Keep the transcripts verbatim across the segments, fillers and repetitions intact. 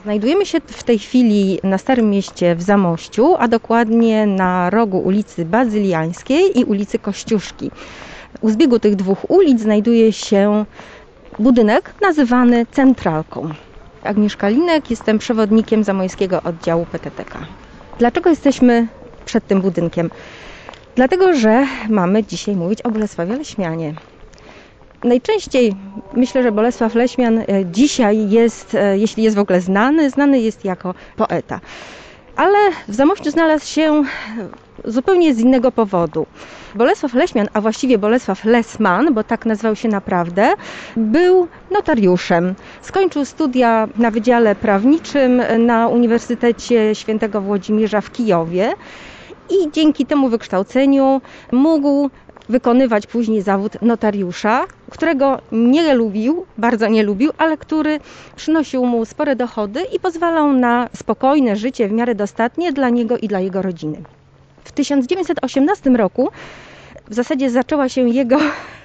Znajdujemy się w tej chwili na Starym Mieście w Zamościu, a dokładnie na rogu ulicy Bazyliańskiej i ulicy Kościuszki. U zbiegu tych dwóch ulic znajduje się budynek nazywany Centralką. Agnieszka Linek, jestem przewodnikiem Zamojskiego Oddziału P T T K. Dlaczego jesteśmy przed tym budynkiem? Dlatego, że mamy dzisiaj mówić o Bolesławie Leśmianie. Najczęściej myślę, że Bolesław Leśmian dzisiaj jest, jeśli jest w ogóle znany, znany jest jako poeta. Ale w Zamościu znalazł się zupełnie z innego powodu. Bolesław Leśmian, a właściwie Bolesław Lesman, bo tak nazywał się naprawdę, był notariuszem. Skończył studia na Wydziale Prawniczym na Uniwersytecie Świętego Włodzimierza w Kijowie i dzięki temu wykształceniu mógł wykonywać później zawód notariusza, którego nie lubił, bardzo nie lubił, ale który przynosił mu spore dochody i pozwalał na spokojne życie w miarę dostatnie dla niego i dla jego rodziny. W tysiąc dziewięćset osiemnastym roku w zasadzie zaczęła się jego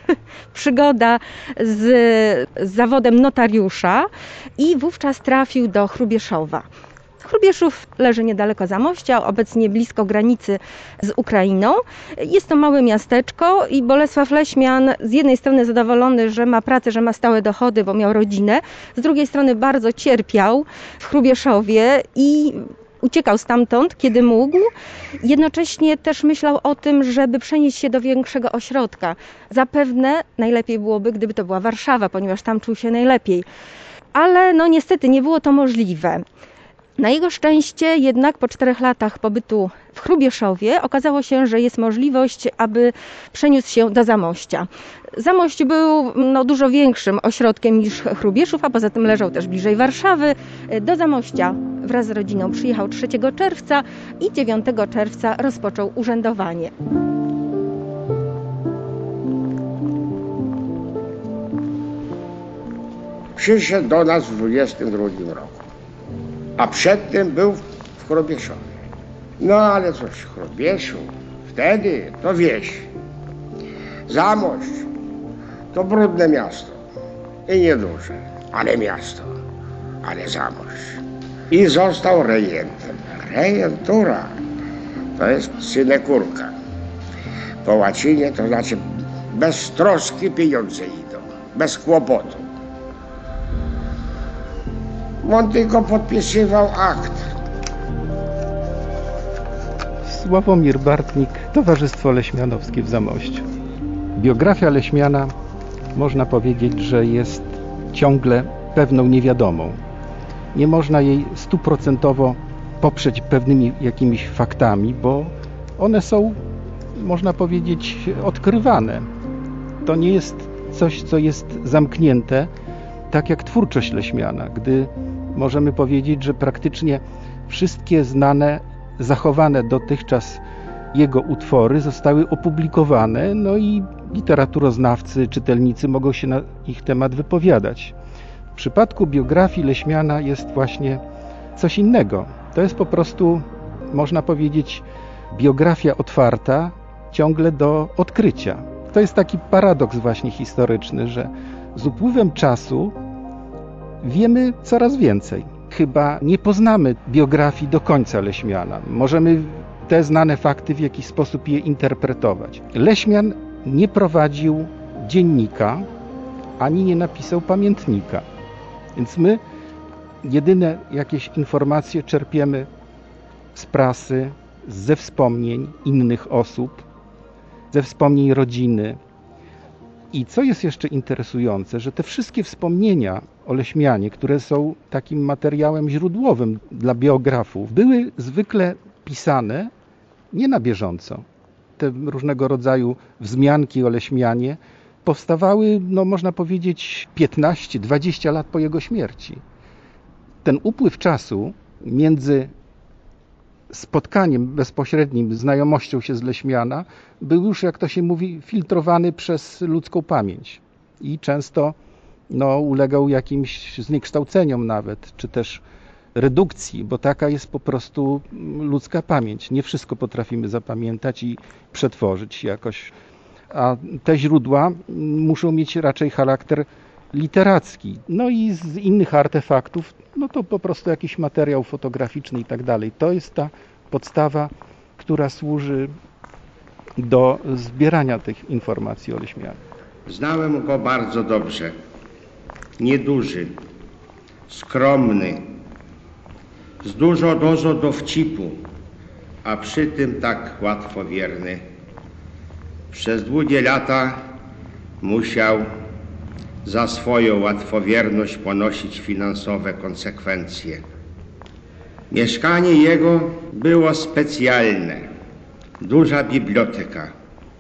przygoda z, z zawodem notariusza i wówczas trafił do Hrubieszowa. Hrubieszów leży niedaleko Zamościa, obecnie blisko granicy z Ukrainą. Jest to małe miasteczko i Bolesław Leśmian z jednej strony zadowolony, że ma pracę, że ma stałe dochody, bo miał rodzinę, z drugiej strony bardzo cierpiał w Hrubieszowie i uciekał stamtąd, kiedy mógł. Jednocześnie też myślał o tym, żeby przenieść się do większego ośrodka. Zapewne najlepiej byłoby, gdyby to była Warszawa, ponieważ tam czuł się najlepiej. Ale no niestety nie było to możliwe. Na jego szczęście jednak po czterech latach pobytu w Hrubieszowie okazało się, że jest możliwość, aby przeniósł się do Zamościa. Zamość był no, dużo większym ośrodkiem niż Hrubieszów, a poza tym leżał też bliżej Warszawy. Do Zamościa wraz z rodziną przyjechał trzeciego czerwca i dziewiątego czerwca rozpoczął urzędowanie. Przyszedł do nas w dwudziestym drugim roku. A przedtem był w Hrubieszowie. No ale coś, Hrubieszów, wtedy to wieś. Zamość to brudne miasto i nieduże, ale miasto, ale Zamość. I został rejentem. Rejentura to jest synekurka. Po łacinie to znaczy bez troski pieniądze idą, bez kłopotu. On tylko podpisywał akt. Sławomir Bartnik, Towarzystwo Leśmianowskie w Zamościu. Biografia Leśmiana można powiedzieć, że jest ciągle pewną niewiadomą. Nie można jej stuprocentowo poprzeć pewnymi jakimiś faktami, bo one są, można powiedzieć, odkrywane. To nie jest coś, co jest zamknięte, tak jak twórczość Leśmiana, gdy możemy powiedzieć, że praktycznie wszystkie znane, zachowane dotychczas jego utwory zostały opublikowane, no i literaturoznawcy, czytelnicy mogą się na ich temat wypowiadać. W przypadku biografii Leśmiana jest właśnie coś innego. To jest po prostu, można powiedzieć, biografia otwarta ciągle do odkrycia. To jest taki paradoks właśnie historyczny, że z upływem czasu wiemy coraz więcej. Chyba nie poznamy biografii do końca Leśmiana. Możemy te znane fakty w jakiś sposób je interpretować. Leśmian nie prowadził dziennika, ani nie napisał pamiętnika. Więc my jedyne jakieś informacje czerpiemy z prasy, ze wspomnień innych osób, ze wspomnień rodziny. I co jest jeszcze interesujące, że te wszystkie wspomnienia o Leśmianie, które są takim materiałem źródłowym dla biografów, były zwykle pisane nie na bieżąco. Te różnego rodzaju wzmianki o Leśmianie powstawały, no można powiedzieć, piętnaście dwadzieścia lat po jego śmierci. Ten upływ czasu między spotkaniem bezpośrednim, znajomością się z Leśmiana był już, jak to się mówi, filtrowany przez ludzką pamięć i często no, ulegał jakimś zniekształceniom nawet, czy też redukcji, bo taka jest po prostu ludzka pamięć. Nie wszystko potrafimy zapamiętać i przetworzyć jakoś. A te źródła muszą mieć raczej charakter literacki. No i z innych artefaktów, no to po prostu jakiś materiał fotograficzny i tak dalej. To jest ta podstawa, która służy do zbierania tych informacji o Leśmianie. Znałem go bardzo dobrze. Nieduży, skromny, z dużą dozą dowcipu, a przy tym tak łatwowierny. Przez długie lata musiał za swoją łatwowierność ponosić finansowe konsekwencje. Mieszkanie jego było specjalne. Duża biblioteka,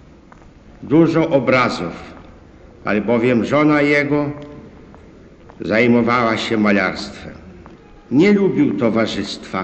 dużo obrazów, albowiem żona jego zajmowała się malarstwem. Nie lubił towarzystwa,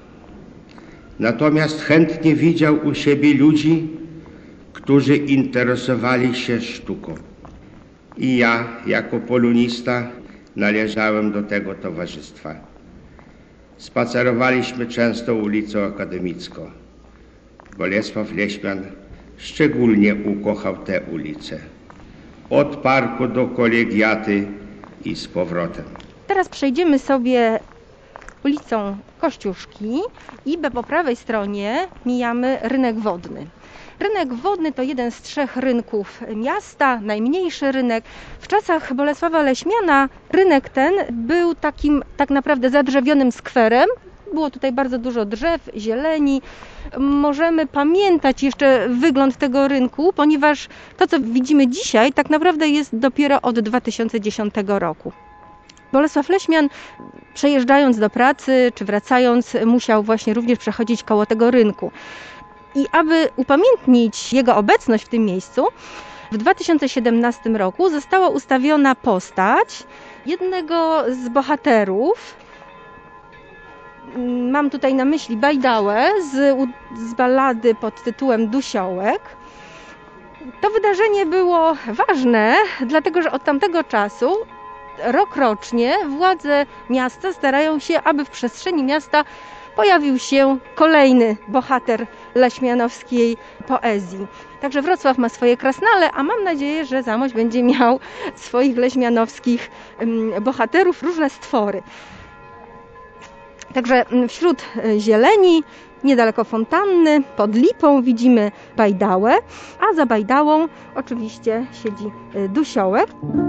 natomiast chętnie widział u siebie ludzi, którzy interesowali się sztuką. I ja, jako polonista, należałem do tego towarzystwa. Spacerowaliśmy często ulicą Akademicką. Bolesław Leśmian szczególnie ukochał tę ulicę. Od parku do Kolegiaty i z powrotem. Teraz przejdziemy sobie ulicą Kościuszki i po prawej stronie mijamy rynek wodny. Rynek wodny to jeden z trzech rynków miasta, najmniejszy rynek. W czasach Bolesława Leśmiana rynek ten był takim tak naprawdę zadrzewionym skwerem. Było tutaj bardzo dużo drzew, zieleni. Możemy pamiętać jeszcze wygląd tego rynku, ponieważ to, co widzimy dzisiaj, tak naprawdę jest dopiero od dwa tysiące dziesiątego roku. Bolesław Leśmian, przejeżdżając do pracy czy wracając, musiał właśnie również przechodzić koło tego rynku. I aby upamiętnić jego obecność w tym miejscu, w dwa tysiące siedemnastym roku została ustawiona postać jednego z bohaterów. Mam tutaj na myśli Bajdałę z, z ballady pod tytułem Dusiołek. To wydarzenie było ważne, dlatego że od tamtego czasu rokrocznie władze miasta starają się, aby w przestrzeni miasta pojawił się kolejny bohater leśmianowskiej poezji. Także Wrocław ma swoje krasnale, a mam nadzieję, że Zamość będzie miał swoich leśmianowskich bohaterów, różne stwory. Także wśród zieleni, niedaleko fontanny, pod lipą widzimy Bajdałę, a za Bajdałą oczywiście siedzi Dusiołek.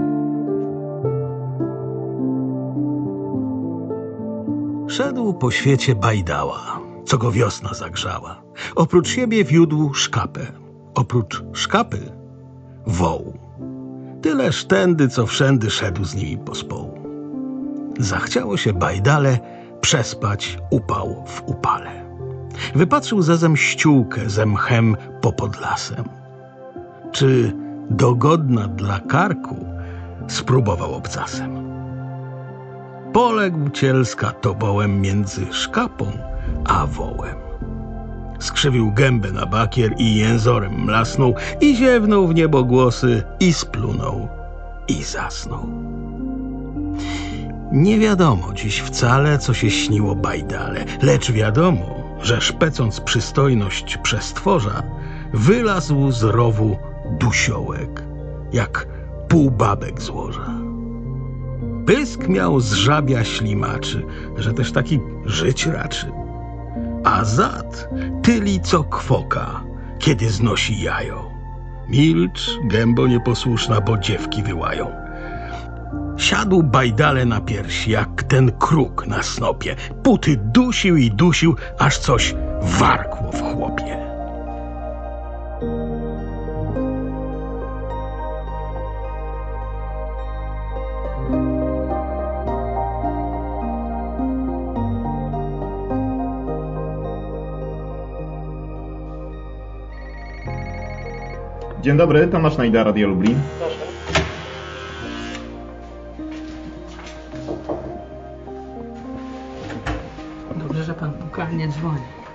Szedł po świecie Bajdała, co go wiosna zagrzała. Oprócz siebie wiódł szkapę, oprócz szkapy woł. Tyleż tędy, co wszędy szedł z nimi pospołu. Zachciało się Bajdale przespać upał w upale. Wypatrzył zazem ściółkę ze mchem popod lasem. Czy dogodna dla karku spróbował obcasem. Poległ cielska tobołem między szkapą a wołem. Skrzywił gębę na bakier i jęzorem mlasnął, i ziewnął w niebogłosy, i splunął, i zasnął. Nie wiadomo dziś wcale, co się śniło Bajdale, lecz wiadomo, że szpecąc przystojność przestworza, wylazł z rowu Dusiołek, jak półbabek z łoża. Pysk miał z żabia ślimaczy, że też taki żyć raczy. A zad tyli co kwoka, kiedy znosi jajo. Milcz, gębo nieposłuszna, bo dziewki wyłają. Siadł Bajdale na piersi, jak ten kruk na snopie. Puty dusił i dusił, aż coś warkło w chłopie. Dzień dobry, Tomasz Najda, Radio Lublin. Dobrze, że pan puka, nie dzwoni.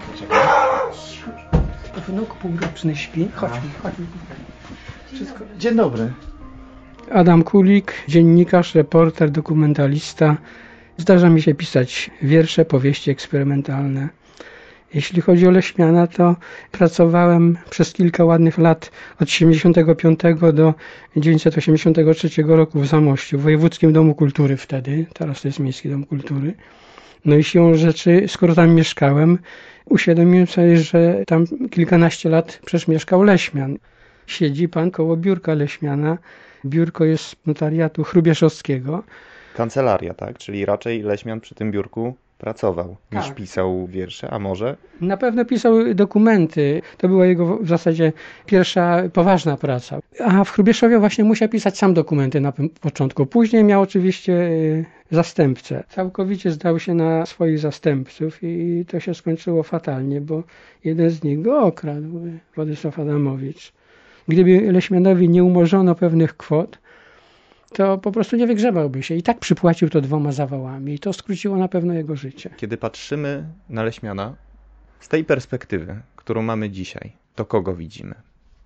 Wnuk półroczny śpi. Chodźmy, chodźmy. Wszystko... Dzień dobry. Adam Kulik, dziennikarz, reporter, dokumentalista. Zdarza mi się pisać wiersze, powieści eksperymentalne. Jeśli chodzi o Leśmiana, to pracowałem przez kilka ładnych lat od siedemdziesiątego piątego do dziewięćset osiemdziesiątego trzeciego roku w Zamościu, w Wojewódzkim Domu Kultury wtedy, teraz to jest Miejski Dom Kultury. No i siłą rzeczy, skoro tam mieszkałem, uświadomiłem sobie, że tam kilkanaście lat przecież mieszkał Leśmian. Siedzi pan koło biurka Leśmiana. Biurko jest z notariatu Hrubieszowskiego. Kancelaria, tak? Czyli raczej Leśmian przy tym biurku pracował, niż Tak. pisał wiersze, a może? Na pewno pisał dokumenty. To była jego w zasadzie pierwsza poważna praca. A w Hrubieszowie właśnie musiał pisać sam dokumenty na początku. Później miał oczywiście zastępcę. Całkowicie zdał się na swoich zastępców i to się skończyło fatalnie, bo jeden z nich go okradł, Władysław Adamowicz. Gdyby Leśmianowi nie umorzono pewnych kwot, to po prostu nie wygrzebałby się. I tak przypłacił to dwoma zawałami. I to skróciło na pewno jego życie. Kiedy patrzymy na Leśmiana z tej perspektywy, którą mamy dzisiaj, to kogo widzimy?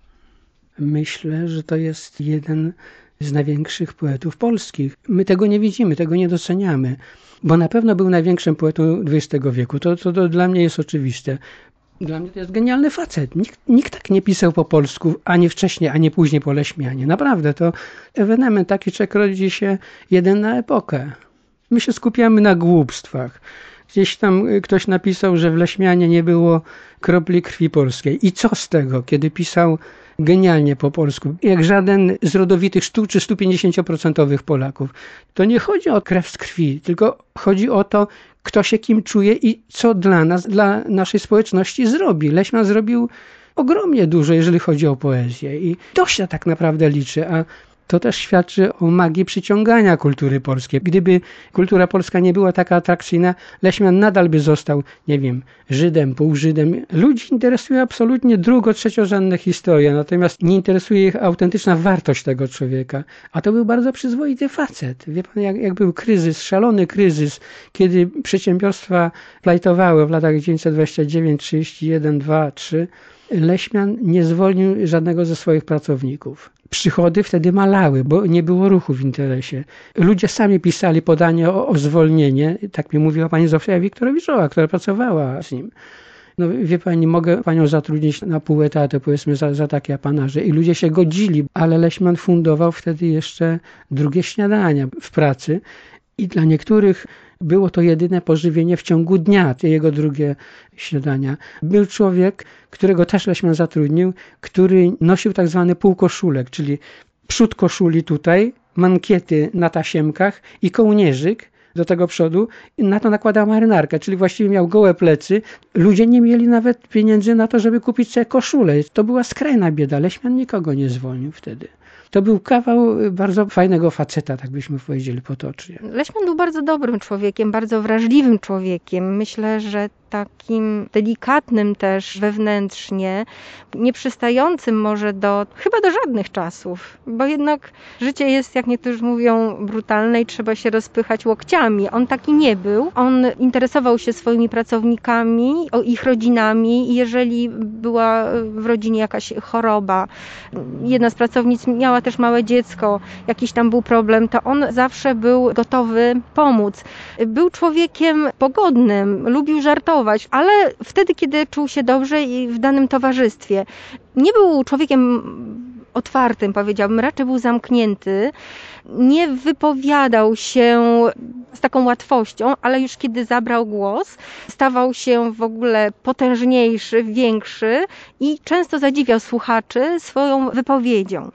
Myślę, że to jest jeden z największych poetów polskich. My tego nie widzimy, tego nie doceniamy, bo na pewno był największym poetą dwudziestego wieku. To, to, to dla mnie jest oczywiste. Dla mnie to jest genialny facet. Nikt, nikt tak nie pisał po polsku, ani wcześniej, ani później po Leśmianie. Naprawdę, to ewenement. Taki człowiek rodzi się jeden na epokę. My się skupiamy na głupstwach. Gdzieś tam ktoś napisał, że w Leśmianie nie było kropli krwi polskiej. I co z tego, kiedy pisał genialnie po polsku, jak żaden z rodowitych stu czy stu pięćdziesięciu procent Polaków. To nie chodzi o krew z krwi, tylko chodzi o to, kto się kim czuje i co dla nas, dla naszej społeczności zrobi. Leśmian zrobił ogromnie dużo, jeżeli chodzi o poezję i to się tak naprawdę liczy, a to też świadczy o magii przyciągania kultury polskiej. Gdyby kultura polska nie była taka atrakcyjna, Leśmian nadal by został, nie wiem, Żydem, półżydem. Ludzi interesuje absolutnie drugo-, trzeciorzędne historie, natomiast nie interesuje ich autentyczna wartość tego człowieka. A to był bardzo przyzwoity facet. Wie pan, jak, jak był kryzys, szalony kryzys, kiedy przedsiębiorstwa plajtowały w latach dziewięćset dwadzieścia dziewięć, trzydzieści jeden, dwa, trzy, Leśmian nie zwolnił żadnego ze swoich pracowników. Przychody wtedy malały, bo nie było ruchu w interesie. Ludzie sami pisali podanie o, o zwolnienie. Tak mi mówiła pani Zofia Wiktorowiczowa, która pracowała z nim. No wie pani, mogę panią zatrudnić na pół etatu, powiedzmy, za, za takie apanarze. I ludzie się godzili, ale Leśmian fundował wtedy jeszcze drugie śniadania w pracy. I dla niektórych było to jedyne pożywienie w ciągu dnia, te jego drugie śniadania. Był człowiek, którego też Leśmian zatrudnił, który nosił tak zwany półkoszulek, czyli przód koszuli tutaj, mankiety na tasiemkach i kołnierzyk do tego przodu i na to nakładał marynarkę, czyli właściwie miał gołe plecy. Ludzie nie mieli nawet pieniędzy na to, żeby kupić sobie koszulę. To była skrajna bieda. Leśmian nikogo nie zwolnił wtedy. To był kawał bardzo fajnego faceta, tak byśmy powiedzieli potocznie. Leśmian był bardzo dobrym człowiekiem, bardzo wrażliwym człowiekiem. Myślę, że takim delikatnym też wewnętrznie, nieprzystającym może do, chyba do żadnych czasów, bo jednak życie jest, jak niektórzy mówią, brutalne i trzeba się rozpychać łokciami. On taki nie był. On interesował się swoimi pracownikami, o ich rodzinami i jeżeli była w rodzinie jakaś choroba, jedna z pracownic miała też małe dziecko, jakiś tam był problem, to on zawsze był gotowy pomóc. Był człowiekiem pogodnym, lubił żartować, ale wtedy, kiedy czuł się dobrze i w danym towarzystwie. Nie był człowiekiem otwartym, powiedziałbym, raczej był zamknięty. Nie wypowiadał się z taką łatwością, ale już kiedy zabrał głos, stawał się w ogóle potężniejszy, większy i często zadziwiał słuchaczy swoją wypowiedzią.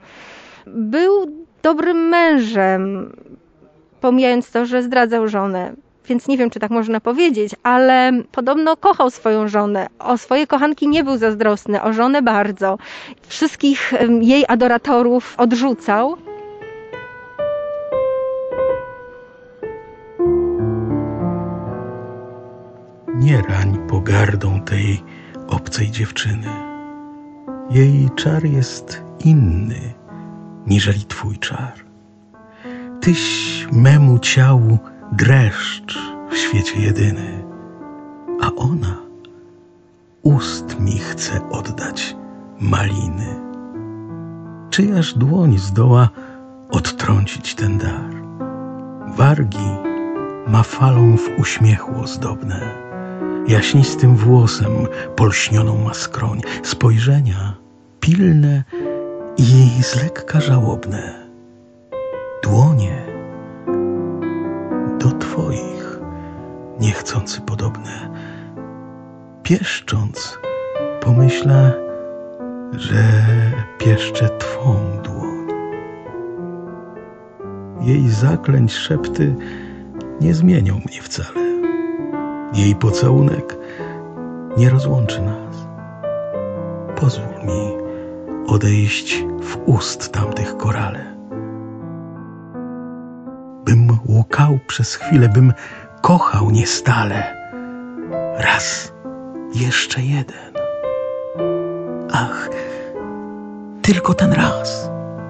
Był dobrym mężem, pomijając to, że zdradzał żonę. Więc nie wiem, czy tak można powiedzieć, ale podobno kochał swoją żonę. O swoje kochanki nie był zazdrosny, o żonę bardzo. Wszystkich jej adoratorów odrzucał. Nie rań pogardą tej obcej dziewczyny. Jej czar jest inny, niżeli twój czar. Tyś memu ciału dreszcz w świecie jedyny, a ona ust mi chce oddać maliny. Czyjaż dłoń zdoła odtrącić ten dar? Wargi ma falą w uśmiechu ozdobne, jaśnistym włosem polśnioną ma skroń, spojrzenia pilne i z lekka żałobne, dłonie do twoich niechcący podobne. Pieszcząc, pomyślę, że pieszczę twą dłoń. Jej zaklęć szepty nie zmienią mnie wcale. Jej pocałunek nie rozłączy nas. Pozwól mi odejść w ust tamtych korale. Bym łukał przez chwilę, bym kochał nie stale. Raz, jeszcze jeden. Ach, tylko ten raz.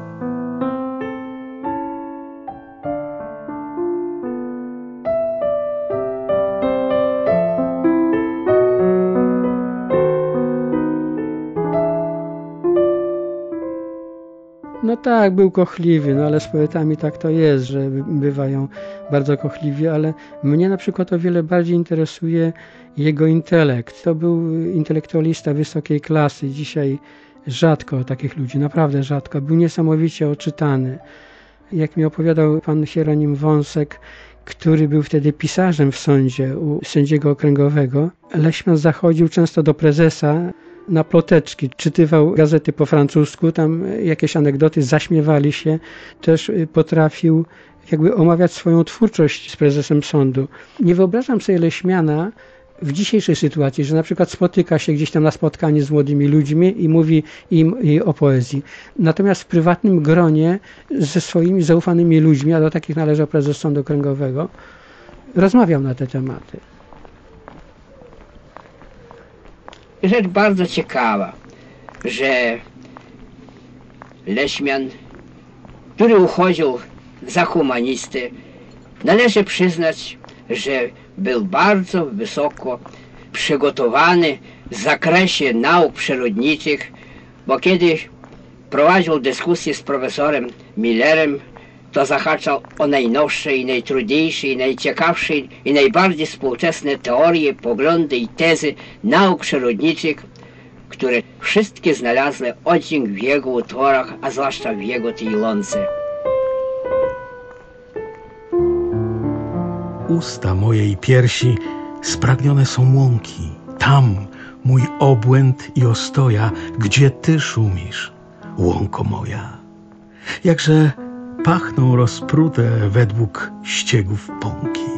No tak, był kochliwy, no ale z poetami tak to jest, że bywają bardzo kochliwi, ale mnie na przykład o wiele bardziej interesuje jego intelekt. To był intelektualista wysokiej klasy, dzisiaj rzadko takich ludzi, naprawdę rzadko. Był niesamowicie oczytany. Jak mi opowiadał pan Hieronim Wąsek, który był wtedy pisarzem w sądzie u sędziego okręgowego, Leśmian zachodził często do prezesa na ploteczki, czytywał gazety po francusku, tam jakieś anegdoty, zaśmiewali się. Też potrafił jakby omawiać swoją twórczość z prezesem sądu. Nie wyobrażam sobie Leśmiana w dzisiejszej sytuacji, że na przykład spotyka się gdzieś tam na spotkanie z młodymi ludźmi i mówi im o poezji. Natomiast w prywatnym gronie ze swoimi zaufanymi ludźmi, a do takich należał prezes Sądu Okręgowego, rozmawiał na te tematy. Rzecz bardzo ciekawa, że Leśmian, który uchodził za humanistę, należy przyznać, że był bardzo wysoko przygotowany w zakresie nauk przyrodniczych, bo kiedy prowadził dyskusję z profesorem Millerem, to zahaczał o najnowsze i najtrudniejsze i najciekawsze i najbardziej współczesne teorie, poglądy i tezy nauk przyrodniczych, które wszystkie znalazły oddźwięk w jego utworach, a zwłaszcza w jego tej Ilonce. Usta mojej piersi spragnione są łąki. Tam mój obłęd i ostoja, gdzie ty szumisz, łąko moja. Jakże pachną rozprute według ściegów pąki.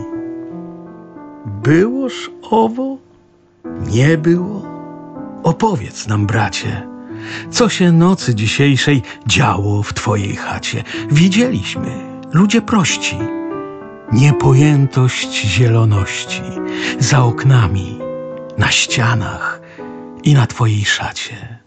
Byłoż owo? Nie było? Opowiedz nam, bracie, co się nocy dzisiejszej działo w twojej chacie. Widzieliśmy, ludzie prości, niepojętość zieloności za oknami, na ścianach i na twojej szacie.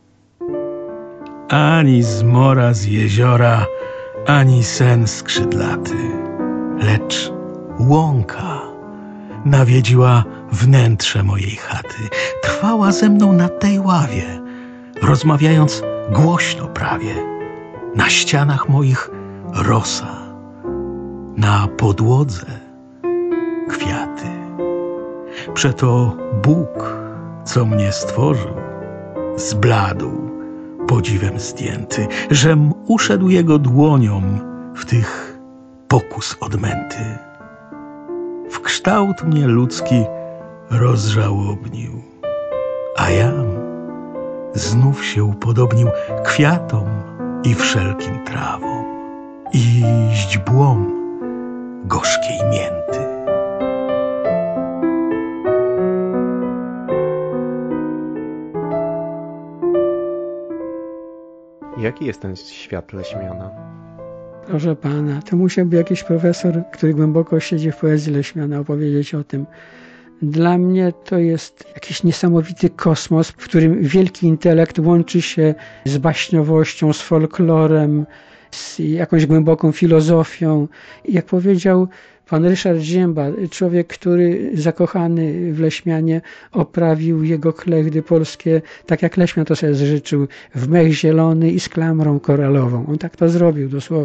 Ani zmora z jeziora, ani sen skrzydlaty, lecz łąka nawiedziła wnętrze mojej chaty. Trwała ze mną na tej ławie, rozmawiając głośno prawie. Na ścianach moich rosa, na podłodze kwiaty. Przeto Bóg, co mnie stworzył, zbladł podziwem zdjęty, żem uszedł jego dłonią w tych pokus odmęty. W kształt mnie ludzki rozżałobnił, a jam znów się upodobnił kwiatom i wszelkim trawom i źdźbłom gorzkiej mięty. Jaki jest ten świat Leśmiana? Proszę pana, to musiałby jakiś profesor, który głęboko siedzi w poezji Leśmiana, opowiedzieć o tym. Dla mnie to jest jakiś niesamowity kosmos, w którym wielki intelekt łączy się z baśniowością, z folklorem, z jakąś głęboką filozofią. Jak powiedział pan Ryszard Zięba, człowiek, który zakochany w Leśmianie, oprawił jego klechdy polskie tak jak Leśmian to sobie życzył, w mech zielony i z klamrą koralową. On tak to zrobił dosłownie.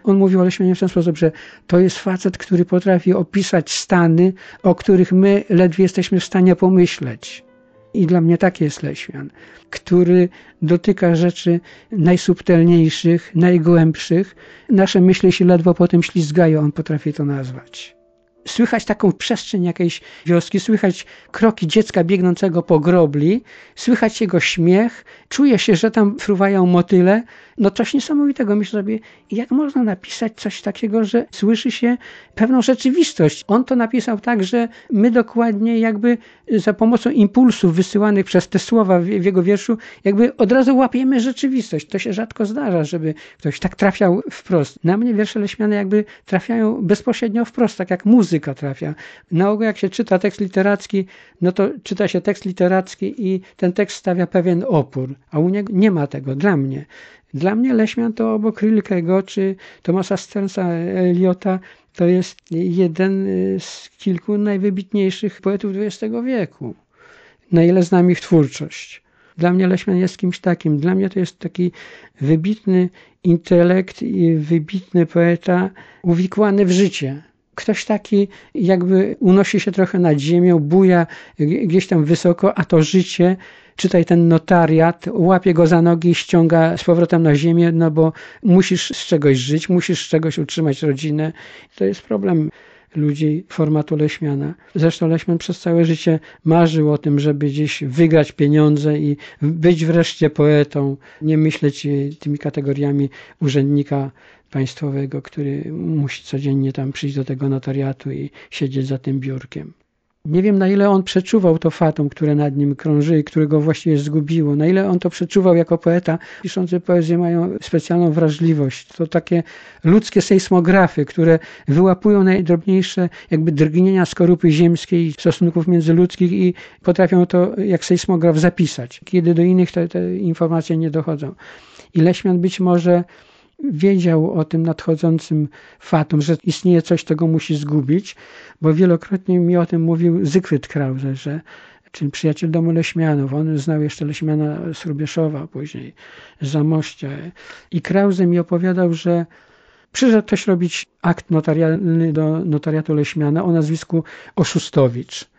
On mówił o Leśmianie w ten sposób, że to jest facet, który potrafi opisać stany, o których my ledwie jesteśmy w stanie pomyśleć. I dla mnie taki jest Leśmian, który dotyka rzeczy najsubtelniejszych, najgłębszych. Nasze myśli się ledwo po tym ślizgają, on potrafi to nazwać. Słychać taką przestrzeń jakiejś wioski, słychać kroki dziecka biegnącego po grobli, słychać jego śmiech, czuje się, że tam fruwają motyle. No coś niesamowitego. Myślę sobie, jak można napisać coś takiego, że słyszy się pewną rzeczywistość. On to napisał tak, że my dokładnie jakby za pomocą impulsów wysyłanych przez te słowa w jego wierszu, jakby od razu łapiemy rzeczywistość. To się rzadko zdarza, żeby ktoś tak trafiał wprost. Na mnie wiersze Leśmiana jakby trafiają bezpośrednio wprost, tak jak muzyka trafia. Na ogół jak się czyta tekst literacki, no to czyta się tekst literacki i ten tekst stawia pewien opór, a u niego nie ma tego, dla mnie. Dla mnie Leśmian to obok Rilkego czy Thomasa Stearnsa Eliota to jest jeden z kilku najwybitniejszych poetów dwudziestego wieku. Na ile znam ich twórczość. Dla mnie Leśmian jest kimś takim. Dla mnie to jest taki wybitny intelekt i wybitny poeta uwikłany w życie. Ktoś taki jakby unosi się trochę nad ziemią, buja gdzieś tam wysoko, a to życie, czytaj ten notariat, łapie go za nogi i ściąga z powrotem na ziemię, no bo musisz z czegoś żyć, musisz z czegoś utrzymać rodzinę. To jest problem ludzi formatu Leśmiana. Zresztą Leśmian przez całe życie marzył o tym, żeby gdzieś wygrać pieniądze i być wreszcie poetą, nie myśleć tymi kategoriami urzędnika państwowego, który musi codziennie tam przyjść do tego notariatu i siedzieć za tym biurkiem. Nie wiem, na ile on przeczuwał to fatum, które nad nim krąży i które go właściwie zgubiło. Na ile on to przeczuwał jako poeta. Piszący poezję mają specjalną wrażliwość. To takie ludzkie sejsmografy, które wyłapują najdrobniejsze jakby drgnienia skorupy ziemskiej, stosunków międzyludzkich i potrafią to jak sejsmograf zapisać, kiedy do innych te, te informacje nie dochodzą. I Leśmian być może wiedział o tym nadchodzącym fatum, że istnieje coś, co go musi zgubić, bo wielokrotnie mi o tym mówił Zygfryd Krause, że, czyli przyjaciel domu Leśmianów. On znał jeszcze Leśmiana z Hrubieszowa, później z Zamościa. I Krause mi opowiadał, że przyszedł ktoś robić akt notarialny do notariatu Leśmiana o nazwisku Oszustowicz.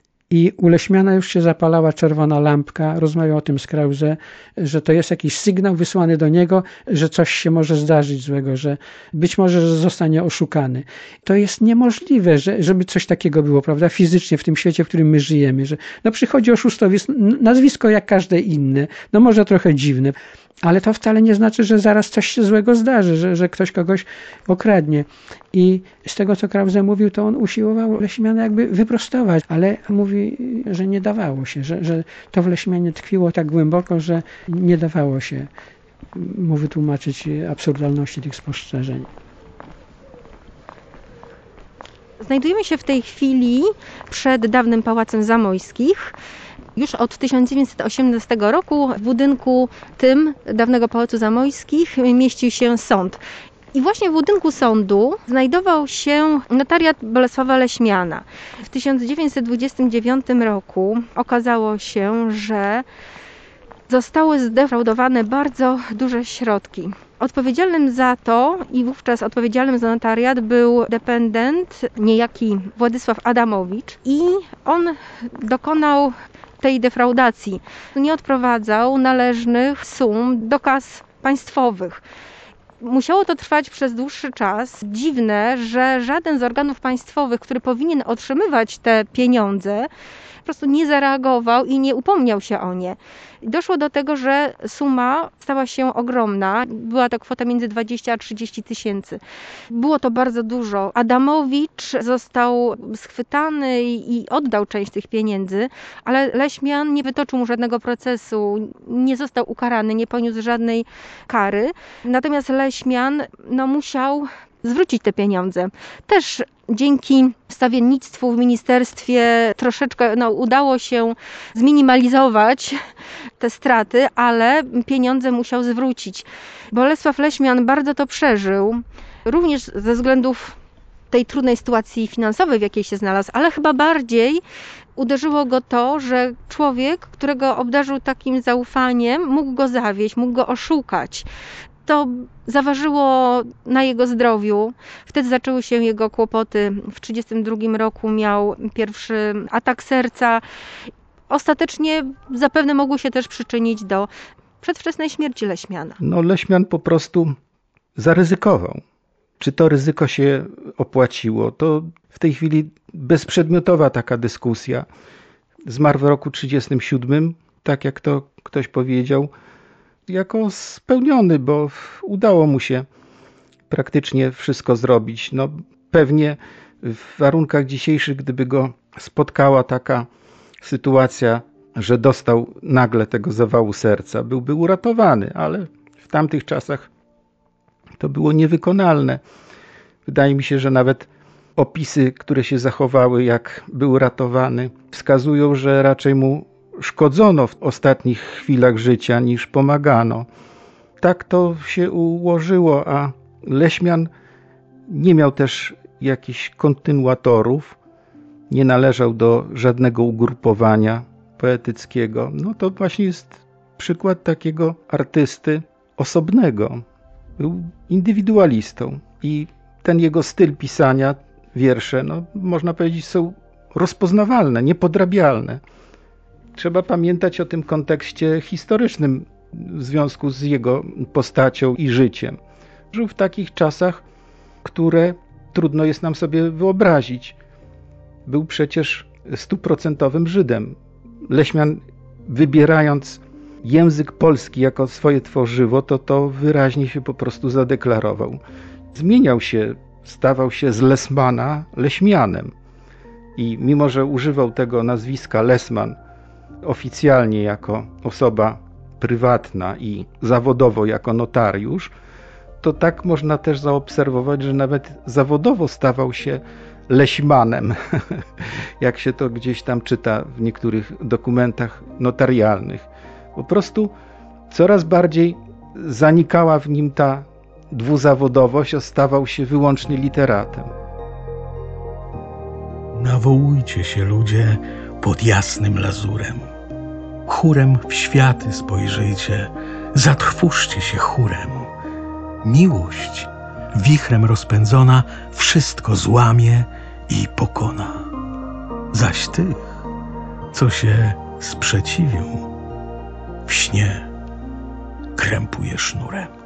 I u Leśmiana już się zapalała czerwona lampka, rozmawiał o tym z Krause, że to jest jakiś sygnał wysłany do niego, że coś się może zdarzyć złego, że być może że zostanie oszukany. To jest niemożliwe, że, żeby coś takiego było, prawda, fizycznie w tym świecie, w którym my żyjemy, że no przychodzi oszustowiec, nazwisko jak każde inne, no może trochę dziwne, ale to wcale nie znaczy, że zaraz coś się złego zdarzy, że, że ktoś kogoś okradnie. I z tego, co Krause mówił, to on usiłował Leśmiana jakby wyprostować, ale mówi, że nie dawało się, że, że to w Leśmianie tkwiło tak głęboko, że nie dawało się mu wytłumaczyć absurdalności tych spostrzeżeń. Znajdujemy się w tej chwili przed dawnym Pałacem Zamojskich. Już od tysiąc dziewięćset osiemnastego roku w budynku tym dawnego Pałacu Zamojskich mieścił się sąd. I właśnie w budynku sądu znajdował się notariat Bolesława Leśmiana. W tysiąc dziewięćset dwudziestym dziewiątym roku okazało się, że zostały zdefraudowane bardzo duże środki. Odpowiedzialnym za to i wówczas odpowiedzialnym za notariat był dependent, niejaki Władysław Adamowicz, i on dokonał tej defraudacji. Nie odprowadzał należnych sum do kas państwowych. Musiało to trwać przez dłuższy czas. Dziwne, że żaden z organów państwowych, który powinien otrzymywać te pieniądze, po prostu nie zareagował i nie upomniał się o nie. Doszło do tego, że suma stała się ogromna. Była to kwota między dwadzieścia a trzydzieści tysięcy. Było to bardzo dużo. Adamowicz został schwytany i oddał część tych pieniędzy, ale Leśmian nie wytoczył mu żadnego procesu, nie został ukarany, nie poniósł żadnej kary. Natomiast Leśmian no, musiał zwrócić te pieniądze. Też dzięki stawiennictwu w ministerstwie troszeczkę no, udało się zminimalizować te straty, ale pieniądze musiał zwrócić. Bolesław Leśmian bardzo to przeżył, również ze względów tej trudnej sytuacji finansowej, w jakiej się znalazł, ale chyba bardziej uderzyło go to, że człowiek, którego obdarzył takim zaufaniem, mógł go zawieść, mógł go oszukać. To zaważyło na jego zdrowiu. Wtedy zaczęły się jego kłopoty. W trzydziestym drugim roku miał pierwszy atak serca. Ostatecznie zapewne mogło się też przyczynić do przedwczesnej śmierci Leśmiana. No Leśmian po prostu zaryzykował. Czy to ryzyko się opłaciło? To w tej chwili bezprzedmiotowa taka dyskusja. Zmarł w roku trzydziestym siódmym, tak jak to ktoś powiedział, jako spełniony, bo udało mu się praktycznie wszystko zrobić. No, pewnie w warunkach dzisiejszych, gdyby go spotkała taka sytuacja, że dostał nagle tego zawału serca, byłby uratowany, ale w tamtych czasach to było niewykonalne. Wydaje mi się, że nawet opisy, które się zachowały, jak był ratowany, wskazują, że raczej mu szkodzono w ostatnich chwilach życia niż pomagano. Tak to się ułożyło, a Leśmian nie miał też jakichś kontynuatorów, nie należał do żadnego ugrupowania poetyckiego. No to właśnie jest przykład takiego artysty osobnego. Był indywidualistą i ten jego styl pisania, wiersze, no, można powiedzieć, są rozpoznawalne, niepodrabialne. Trzeba pamiętać o tym kontekście historycznym w związku z jego postacią i życiem. Żył w takich czasach, które trudno jest nam sobie wyobrazić. Był przecież stuprocentowym Żydem. Leśmian, wybierając język polski jako swoje tworzywo, to to wyraźnie się po prostu zadeklarował. Zmieniał się, stawał się z Lesmana Leśmianem. I mimo, że używał tego nazwiska Lesman oficjalnie jako osoba prywatna i zawodowo jako notariusz, to tak można też zaobserwować, że nawet zawodowo stawał się Leśmanem, jak się to gdzieś tam czyta w niektórych dokumentach notarialnych. Po prostu coraz bardziej zanikała w nim ta dwuzawodowość, a stawał się wyłącznie literatem. Nawołujcie się, ludzie, pod jasnym lazurem. Chórem w światy spojrzyjcie, zatrwóżcie się chórem. Miłość, wichrem rozpędzona, wszystko złamie i pokona. Zaś tych, co się sprzeciwią, w śnie krępuje sznurem.